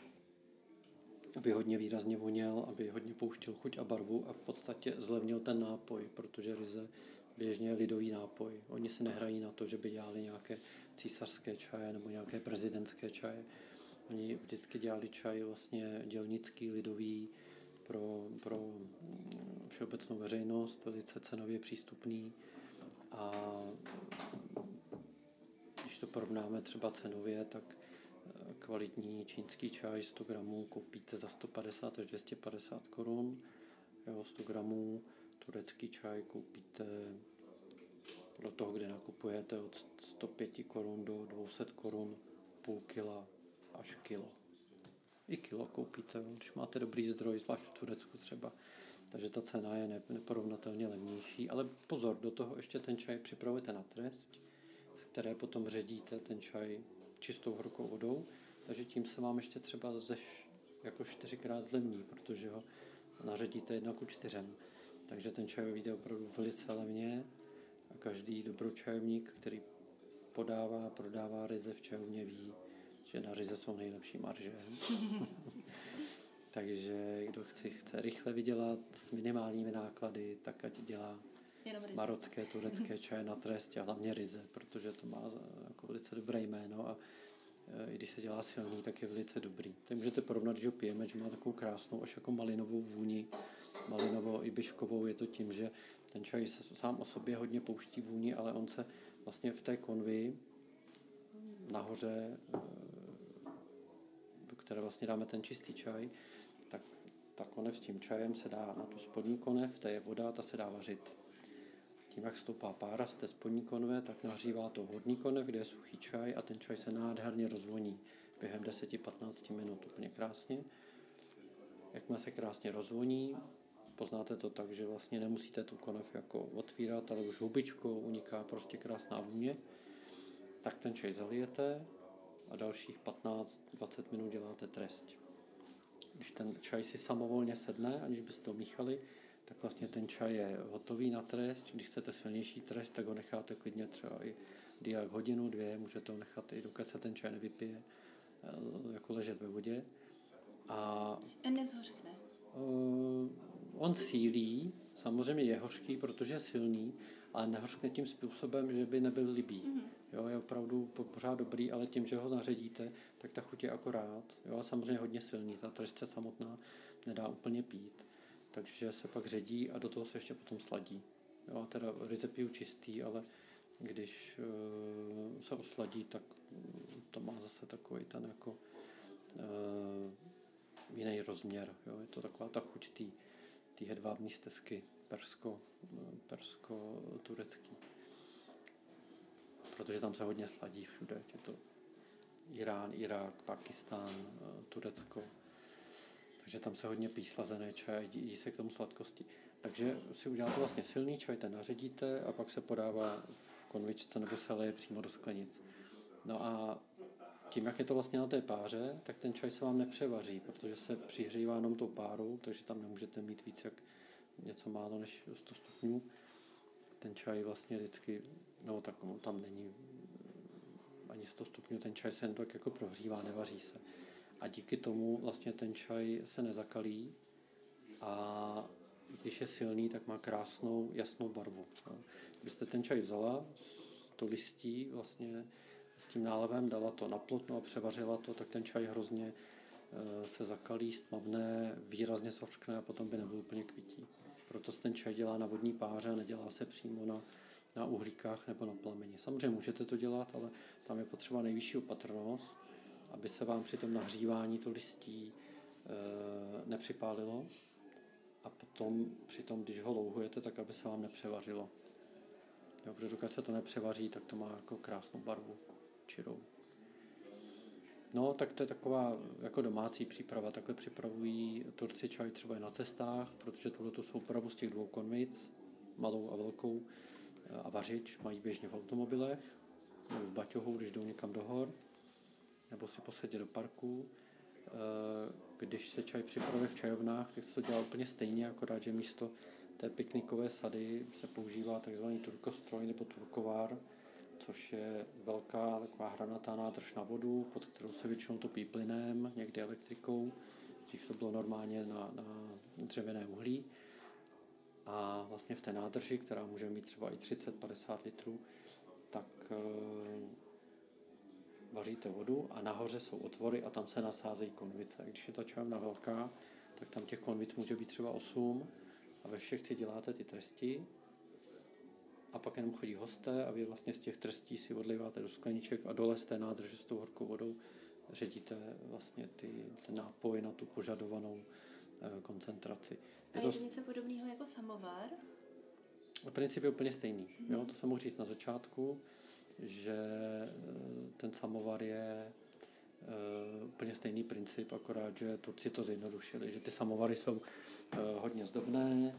Speaker 2: aby hodně výrazně voněl, aby hodně pouštěl chuť a barvu a v podstatě zlevnil ten nápoj, protože ryze běžně je lidový nápoj. Oni se nehrají na to, že by dělali nějaké císařské čaje nebo nějaké prezidentské čaje. Oni vždycky dělali čaj vlastně dělnický, lidový, pro všeobecnou veřejnost, velice cenově přístupný. A když to porovnáme třeba cenově, tak kvalitní čínský čaj 100 gramů koupíte za 150 až 250 korun. 100 gramů turecký čaj koupíte podle toho, kde nakupujete, od 105 korun do 200 korun, půl kila až kilo. I kilo koupíte, když máte dobrý zdroj, zvlášť v Turecku třeba. Takže ta cena je neporovnatelně levnější. Ale pozor, do toho ještě ten čaj připravujete na trest, které potom ředíte ten čaj čistou horkou vodou. Takže tím se vám ještě třeba jako 4krát zlevní, protože ho naředíte 1:4. Takže ten čaj vyjde opravdu velice levně a každý dobročajovník, který prodává ryze v čajovně, ví, že na ryze jsou nejlepší marže. Takže kdo chce rychle vydělat s minimálními náklady, tak ať dělá marocké, turecké čaje na trest a hlavně ryze, protože to má jako velice dobré jméno a i když se dělá silný, tak je velice dobrý. Tak můžete porovnat, že ho pijeme, že má takovou krásnou, až jako malinovou vůni, malinovo i biškovou. Je to tím, že ten čaj se sám o sobě hodně pouští vůni, ale on se vlastně v té konvi nahoře, do které vlastně dáme ten čistý čaj, tak ta konev s tím čajem se dá na tu spodní konev, to je voda, ta se dá vařit. Tím, jak stoupá pára z té spodní konve, tak nahřívá to horní konev, kde je suchý čaj a ten čaj se nádherně rozvoní během 10-15 minut, úplně krásně. Jakmile se krásně rozvoní, poznáte to tak, že vlastně nemusíte tu konev jako otvírat, ale už hubičkou uniká prostě krásná vůně, tak ten čaj zalijete a dalších 15-20 minut děláte trest. Když ten čaj si samovolně sedne, aniž byste to míchali, tak vlastně ten čaj je hotový na trest. Když chcete silnější trest, tak ho necháte klidně třeba i jak hodinu, 2, můžete ho nechat i dokud se ten čaj nevypije, jako ležet ve vodě. A
Speaker 1: nezhořkne.
Speaker 2: On sílí, samozřejmě je hořký, protože je silný, ale nehořkne tím způsobem, že by nebyl libý. Jo, je opravdu pořád dobrý, ale tím, že ho zaředíte, tak ta chuť je akorát. Jo, a samozřejmě hodně silný, ta trest se samotná nedá úplně pít. Takže se pak ředí a do toho se ještě potom sladí. Jo, a teda ryze piju čistý, ale když se osladí, tak to má zase takový ten jako jiný rozměr. Jo. Je to taková ta chuť té hedvábní stezky persko-turecký. Protože tam se hodně sladí všude. Je to Irán, Irák, Pakistán, Turecko. Takže tam se hodně pí slazený čaj, jí se k tomu sladkosti. Takže si uděláte vlastně silný čaj, ten naředíte a pak se podává v konvičce nebo se leje přímo do sklenic. No a tím, jak je to vlastně na té páře, tak ten čaj se vám nepřevaří, protože se přihřívá jenom tou párou, takže tam nemůžete mít víc jak něco málo než 100 stupňů. Ten čaj vlastně vždycky, no tak tam není ani 100 stupňů, ten čaj se jen tak jako prohřívá, nevaří se. A díky tomu vlastně ten čaj se nezakalí a když je silný, tak má krásnou, jasnou barvu. Kdybyste ten čaj vzala, to listí vlastně s tím nálevem, dala to na plotno a převařila to, tak ten čaj hrozně se zakalí, stmavne, výrazně zhořkne a potom by nebyl úplně kvitý. Proto se ten čaj dělá na vodní páře a nedělá se přímo na uhlíkách nebo na plameni. Samozřejmě můžete to dělat, ale tam je potřeba nejvyšší opatrnost, aby se vám při tom nahřívání to listí nepřipálilo a potom při tom, když ho louhujete, tak aby se vám nepřevařilo. Jo, protože dokud se to nepřevaří, tak to má jako krásnou barvu čirou. No, tak to je taková jako domácí příprava. Takhle připravují Turci čaj třeba i na cestách, protože tuhletu soupravu z těch 2 konvic, malou a velkou, a vařič mají běžně v automobilech, nebo v baťohu, když jdou někam do hor, nebo si posadit do parku. Když se čaj připravuje v čajovnách, tak se to dělá úplně stejně, akorát, že místo té piknikové sady se používá takzvaný turkostroj nebo turkovár, což je velká taková hranatá nádrž na vodu, pod kterou se většinou topí plynem, někdy elektrikou. Dřív to bylo normálně na dřevěné uhlí. A vlastně v té nádrži, která může mít třeba i 30-50 litrů, tak vaříte vodu a nahoře jsou otvory a tam se nasázejí konvice. Když je ta čajovna velká, tak tam těch konvic může být třeba 8 a ve všech si děláte ty tresti a pak jenom chodí hosté a vy vlastně z těch trestí si odliváte do skleniček a dole z té nádrže s tou horkou vodou ředíte vlastně ten nápoj na tu požadovanou koncentraci.
Speaker 1: A je to něco podobného jako samovar?
Speaker 2: Princip je úplně stejný. Jo? To jsem mohl říct na začátku, že ten samovar je úplně stejný princip, akorát, že Turci to zjednodušili, že ty samovary jsou hodně zdobné,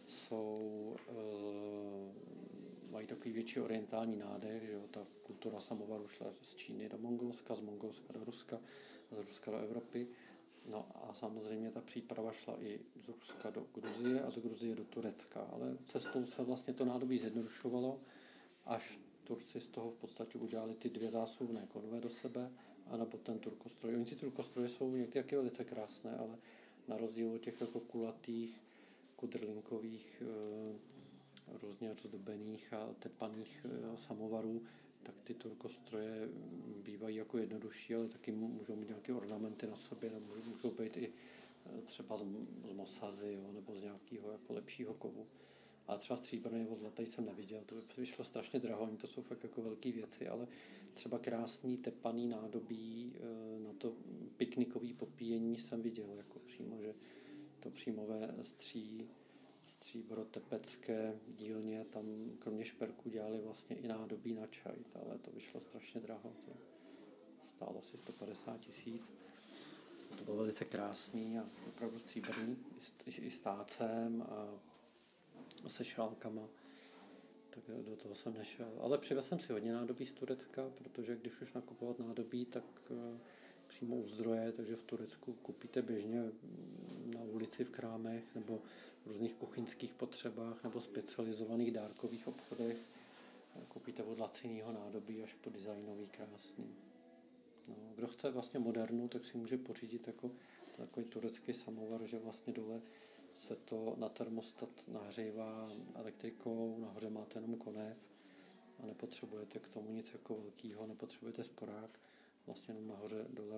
Speaker 2: mají takový větší orientální nádech, že jo? Ta kultura samovaru šla z Číny do Mongolska, z Mongolska do Ruska, z Ruska do Evropy. No a samozřejmě ta příprava šla i z Ruska do Gruzie a z Gruzie do Turecka, ale cestou se vlastně to nádobí zjednodušovalo, až Turci z toho v podstatě udělali ty 2 zásuvné konve do sebe a nebo ten turkostroj. Oni ty turkostroje jsou někdy velice krásné, ale na rozdíl od těch jako kulatých, kudrlinkových, různě rozdobených a tepaných samovarů, tak ty turkostroje bývají jako jednodušší, ale taky můžou mít nějaké ornamenty na sobě, nebo můžou být i třeba z mosazy, jo, nebo z nějakého jako lepšího kovu. A třeba stříbrný nebo zlatý jsem neviděl, to by vyšlo strašně draho, to jsou fakt jako velké věci, ale třeba krásný tepaný nádobí na to piknikový popíjení jsem viděl jako přímo, že to přímové stříbrotepecké dílně, tam kromě šperků dělali vlastně i nádobí na čaj, ale to vyšlo strašně draho, to stálo asi 150 000. To bylo velice krásný a opravdu stříbrný, i s tácem a se šálkama, tak do toho jsem nešel. Ale přivezl jsem si hodně nádobí z Turecka, protože když už nakupovat nádobí, tak přímo u zdroje, takže v Turecku koupíte běžně na ulici v krámech nebo v různých kuchyňských potřebách nebo specializovaných dárkových obchodech. Koupíte od laciného nádobí až po designový krásný. No, kdo chce vlastně modernu, tak si může pořídit jako takový turecký samovar, že vlastně dole se to na termostat nahřívá elektrikou, nahoře máte jenom konev a nepotřebujete k tomu nic jako velkýho, nepotřebujete sporák, vlastně jenom nahoře dole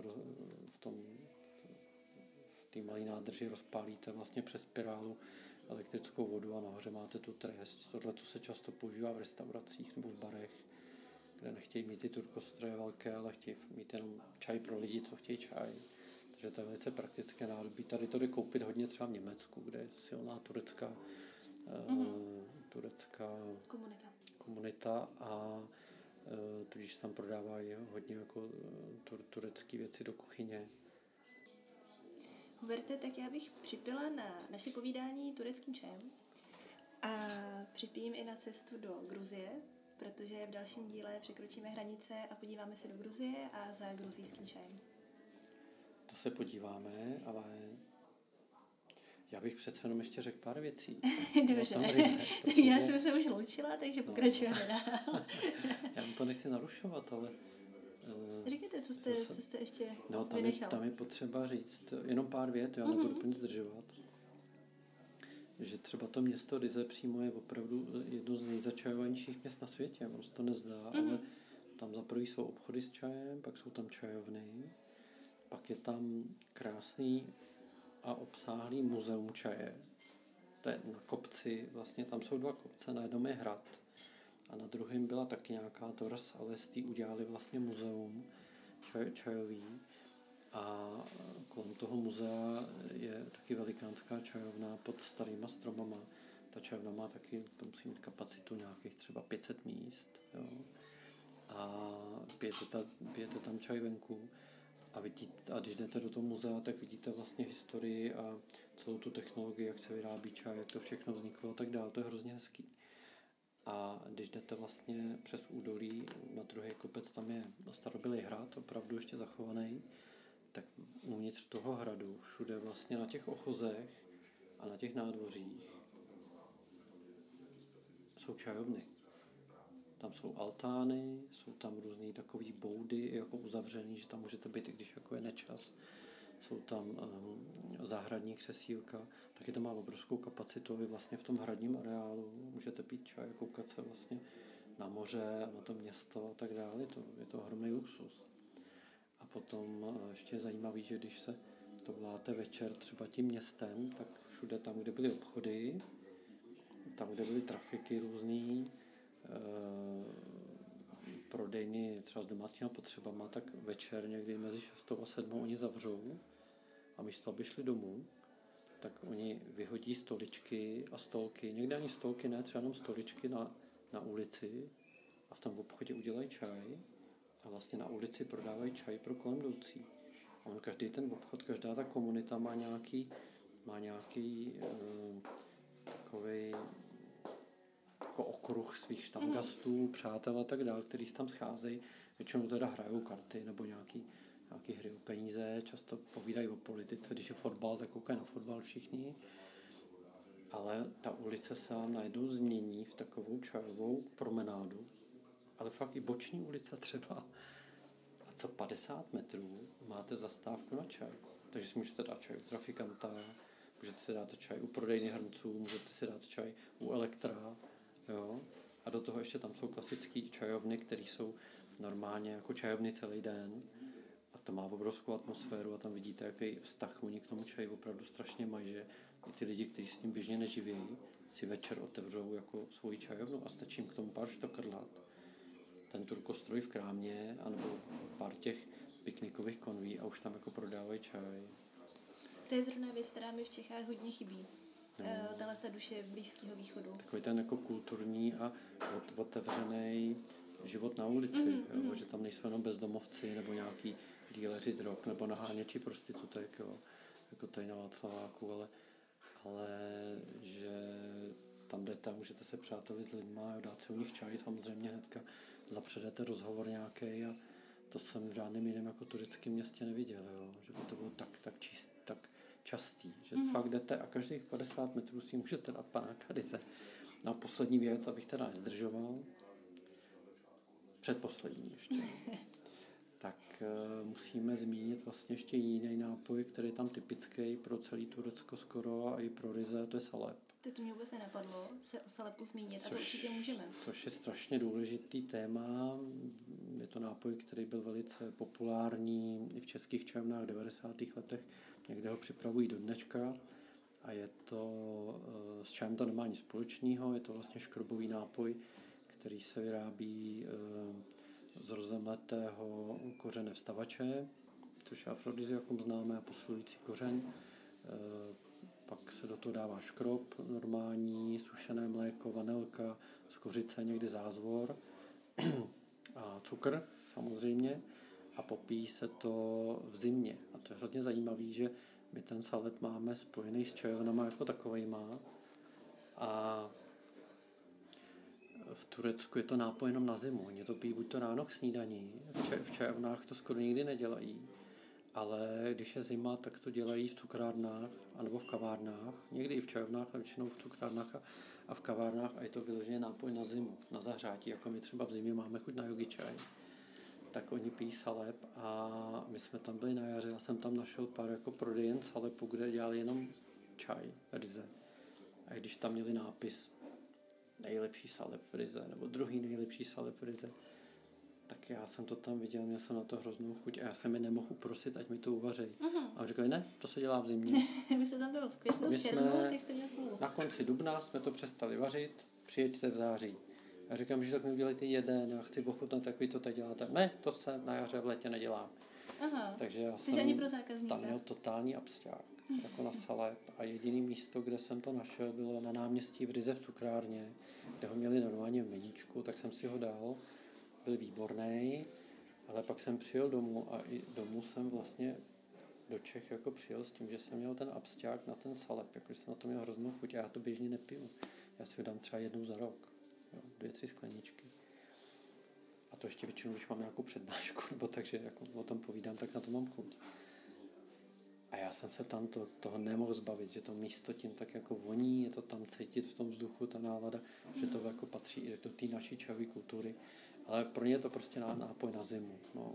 Speaker 2: v té malé nádrži rozpálíte vlastně přes spirálu elektrickou vodu a nahoře máte tu trest. Tohle se často používá v restauracích nebo v barech, kde nechtějí mít ty turkostroje velké, ale chtějí mít jenom čaj pro lidi, co chtějí čaj. Takže to je velice praktické nádobí. Tady to jde koupit hodně třeba v Německu, kde je silná turecká komunita a tudíž tam prodávají hodně jako turecké věci do kuchyně.
Speaker 1: Huberte, tak já bych připila na naše povídání tureckým čajem a připijím i na cestu do Gruzie, protože v dalším díle překročíme hranice a podíváme se do Gruzie a za gruzijským čajem.
Speaker 2: To se podíváme, ale já bych přece jenom ještě řekl pár věcí.
Speaker 1: Dobře, já jsem se už loučila, takže pokračujeme dál.
Speaker 2: Já to nechci narušovat, ale...
Speaker 1: Říkejte, co jste ještě
Speaker 2: vynechal. Tam je potřeba říct jenom pár vět, já nebudu úplně zdržovat. Že třeba to město Rize přímo je opravdu jedno z nejzačajovanějších měst na světě. Ono se to nezdá, ale tam za prvý jsou obchody s čajem, pak jsou tam čajovny, pak je tam krásný a obsáhlý muzeum čaje. To je na kopci, vlastně tam jsou 2 kopce, na jednom je hrad a na druhém byla taky nějaká tvrz, ale z té udělali vlastně muzeum čajový a kolem toho muzea je taky velikánská čajovna pod starýma stromama. Ta čajovna má taky, to musí mít kapacitu nějakých třeba 500 míst, jo. A pijete tam čaj venku a když jdete do toho muzea, tak vidíte vlastně historii a celou tu technologii, jak se vyrábí čaj, jak to všechno vzniklo a tak dále, to je hrozně hezký. A když jdete vlastně přes údolí, na druhý kopec tam je starobylý hrad, opravdu ještě zachovaný, tak uvnitř toho hradu, všude vlastně na těch ochozech a na těch nádvořích jsou čajovny. Tam jsou altány, jsou tam různý takový boudy, jako uzavřený, že tam můžete být, i když jako je nečas. Jsou tam zahradní křesílka, taky to má obrovskou kapacitu, vy vlastně v tom hradním areálu můžete pít čaj, koukat se vlastně na moře a na to město a tak dále, je to ohromný luxus. A potom ještě je zajímavý, že když se touláte večer třeba tím městem, tak všude tam, kde byly obchody, tam, kde byly trafiky různý, prodejny třeba s domácíma potřebama, tak večer někdy mezi 6 a 7 oni zavřou a místo, aby šli domů, tak oni vyhodí stoličky a stolky, někde ani stolky ne, třeba jenom stoličky na ulici a v tom obchodě udělají čaj a vlastně na ulici prodávají čaj pro kolem jdoucí. A on každý ten obchod, každá ta komunita má nějaký takovej jako okruh svých štamgastů, přátel a tak dále, kteří se tam scházejí. Většinou teda hrajou karty nebo nějaký hry o peníze, často povídají o politice, když je fotbal, tak koukají na fotbal všichni. Ale ta ulice se vám najednou změní v takovou čajovou promenádu, ale fakt i boční ulice třeba. A co 50 metrů máte zastávku na čaj. Takže si můžete dát čaj u trafikanta, můžete si dát čaj u prodejny hrnců, můžete si dát čaj u elektra, jo. A do toho ještě tam jsou klasické čajovny, které jsou normálně jako čajovny celý den. A to má obrovskou atmosféru a tam vidíte, jaký vztah oni k tomu čaji opravdu strašně mají, že i ty lidi, kteří s tím běžně neživějí, si večer otevřou jako svoji čajovnu a stačí jim k tomu pár štokrlat. Ten turkostroj v krámě, anebo pár těch piknikových konví a už tam jako prodávají čaj.
Speaker 1: To je zrovna věc, která mi v Čechách hodně chybí. Tahle ta duše Blízkého východu.
Speaker 2: Takový ten jako kulturní a otevřený život na ulici, jo, že tam nejsou jenom bezdomovci nebo nějaký díleři drog nebo naháněči prostitutek, jo, jako tady na Václaváku, ale že tam jdete, můžete se přátelit s lidma, dát si u nich čaj, samozřejmě hnedka zapředete rozhovor nějaký a to jsem v žádném jiném jako turistickém městě neviděl, jo, že by to bylo tak častý, že fakt jdete a každých 50 metrů si můžete dát pana Kadize. No a poslední věc, abych teda nezdržoval, předposlední ještě, tak musíme zmínit vlastně ještě jiný nápoj, který je tam typický pro celý Turecko skoro a i pro Rize, to je salep.
Speaker 1: To mě vůbec nenapadlo se o salepu zmínit a to určitě můžeme.
Speaker 2: Což je strašně důležitý téma. Je to nápoj, který byl velice populární i v českých čajovnách v 90. letech. Někde ho připravují do dneška a je to, s čajem to nemá nic společného, je to vlastně škrobový nápoj, který se vyrábí z rozemletého kořene vstavače, což je afrodiziakum známé a posilující kořen. Pak se do toho dává škrob normální, sušené mléko, vanilka, z kořice někdy zázvor a cukr samozřejmě a popíjí se to v zimě. A to je hrozně zajímavé, že my ten salep máme spojený s čajovnama jako takovejma a v Turecku je to nápoj jenom na zimu. Oni to pijí buď to ráno k snídani, v čajovnách to skoro nikdy nedělají, ale když je zima, tak to dělají v cukrárnách anebo v kavárnách, někdy i v čajovnách, ale většinou v cukrárnách a v kavárnách a je to vyloženě nápoj na zimu, na zahřátí, jako my třeba v zimě máme chuť na jogi čaj. Tak oni pijí salep a my jsme tam byli na jaře, já jsem tam našel pár jako prodejen salepu, kde dělali jenom čaj, Rize. A když tam měli nápis nejlepší salep v Rize, nebo druhý nejlepší salep v Rize, tak já jsem to tam viděl, měl jsem na to hroznou chuť a já jsem je nemohl uprosit, ať mi to uvaří. A on říkali, ne, to se dělá v zimě.
Speaker 1: Vy jste tam byl v květnu, v červnu, tak jste měl smůlu.
Speaker 2: Na konci dubna jsme to přestali vařit, přijeďte v září. Já říkám, že tak mi udělejte jeden, já chci ochutnat, jak vy to teď děláte. Ne, to se na jaře v létě nedělá.
Speaker 1: Aha,
Speaker 2: takže já
Speaker 1: jsem ani pro zákazníka.
Speaker 2: Tam měl totální absťák, jako na salep. A jediné místo, kde jsem to našel, bylo na náměstí v Rize v cukrárně, kde ho měli normálně v meníčku, tak jsem si ho dal. Byl výborný, ale pak jsem přijel domů a i domů jsem vlastně do Čech jako přijel s tím, že jsem měl ten absťák na ten salep, jakože jsem na to měl hroznou chuť a já to běžně nepiju. Já si ho dám třeba jednou za rok, 2-3 skleničky. A to ještě většinou, když mám nějakou přednášku, nebo takže jako o tom povídám, tak na to mám chuť. A já jsem se tam toho nemohl zbavit, že to místo tím tak jako voní, je to tam cítit v tom vzduchu, ta nálada, že to jako patří i do té naší čajové kultury. Ale pro ně je to prostě nápoj na zimu. No.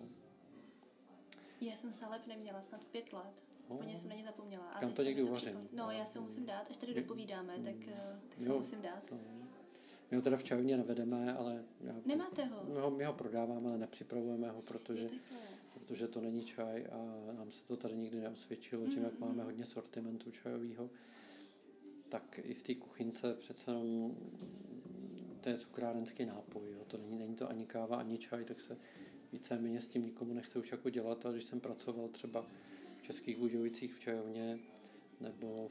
Speaker 1: Já jsem salep neměla snad 5 let. Úplně jsem na ně zapomněla. A
Speaker 2: kam to někdy uvařím?
Speaker 1: No, já si ho musím dát, až tady dopovídáme, tak si ho musím dát.
Speaker 2: No. My ho teda v čajovně nevedeme, ale...
Speaker 1: Nemáte ho?
Speaker 2: My ho prodáváme, ale nepřipravujeme ho, protože to není čaj a nám se to tady nikdy neosvědčilo, tím, jak máme hodně sortimentu čajového. Tak i v té kuchynce přece jenom to je cukrárenský nápoj, jo. To není to ani káva, ani čaj, tak se víceméně s tím nikomu nechce už jako dělat. A když jsem pracoval třeba v Českých Budějovicích v čajovně nebo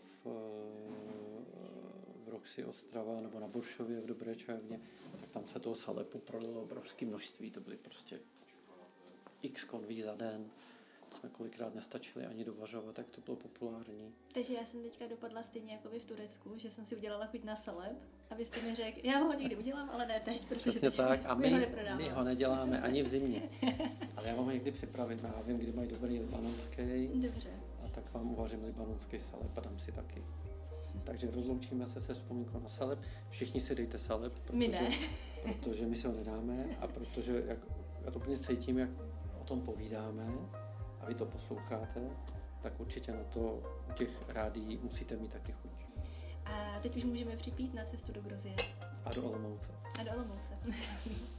Speaker 2: v Roxy Ostrava nebo na Boršově v dobré čajovně, tak tam se toho salepu prodalo obrovské množství, to byly prostě x konví za den. Jsme kolikrát nestačili ani dovařovat, tak to bylo populární.
Speaker 1: Takže já jsem teďka dopadla stejně jako vy v Turecku, že jsem si udělala chuť na salep a vy jste mi řekl, já ho někdy udělám, ale ne teď, protože
Speaker 2: teď tak. A my
Speaker 1: ho
Speaker 2: neděláme ani v zimě. Ale já vám ho někdy připravit, já vím, kdy mají dobrý libanonský.
Speaker 1: Dobře.
Speaker 2: A tak vám uvařím libanonský salep a dám si taky. Takže rozloučíme se vzpomínkou na salep. Všichni si dejte salep, protože my si ho nedáme a protože já to úplně cítím, jak o tom povídáme a vy to posloucháte, tak určitě na to u těch rádií musíte mít taky chuť.
Speaker 1: A teď už můžeme připít na cestu do Gruzie.
Speaker 2: A do Olomouce.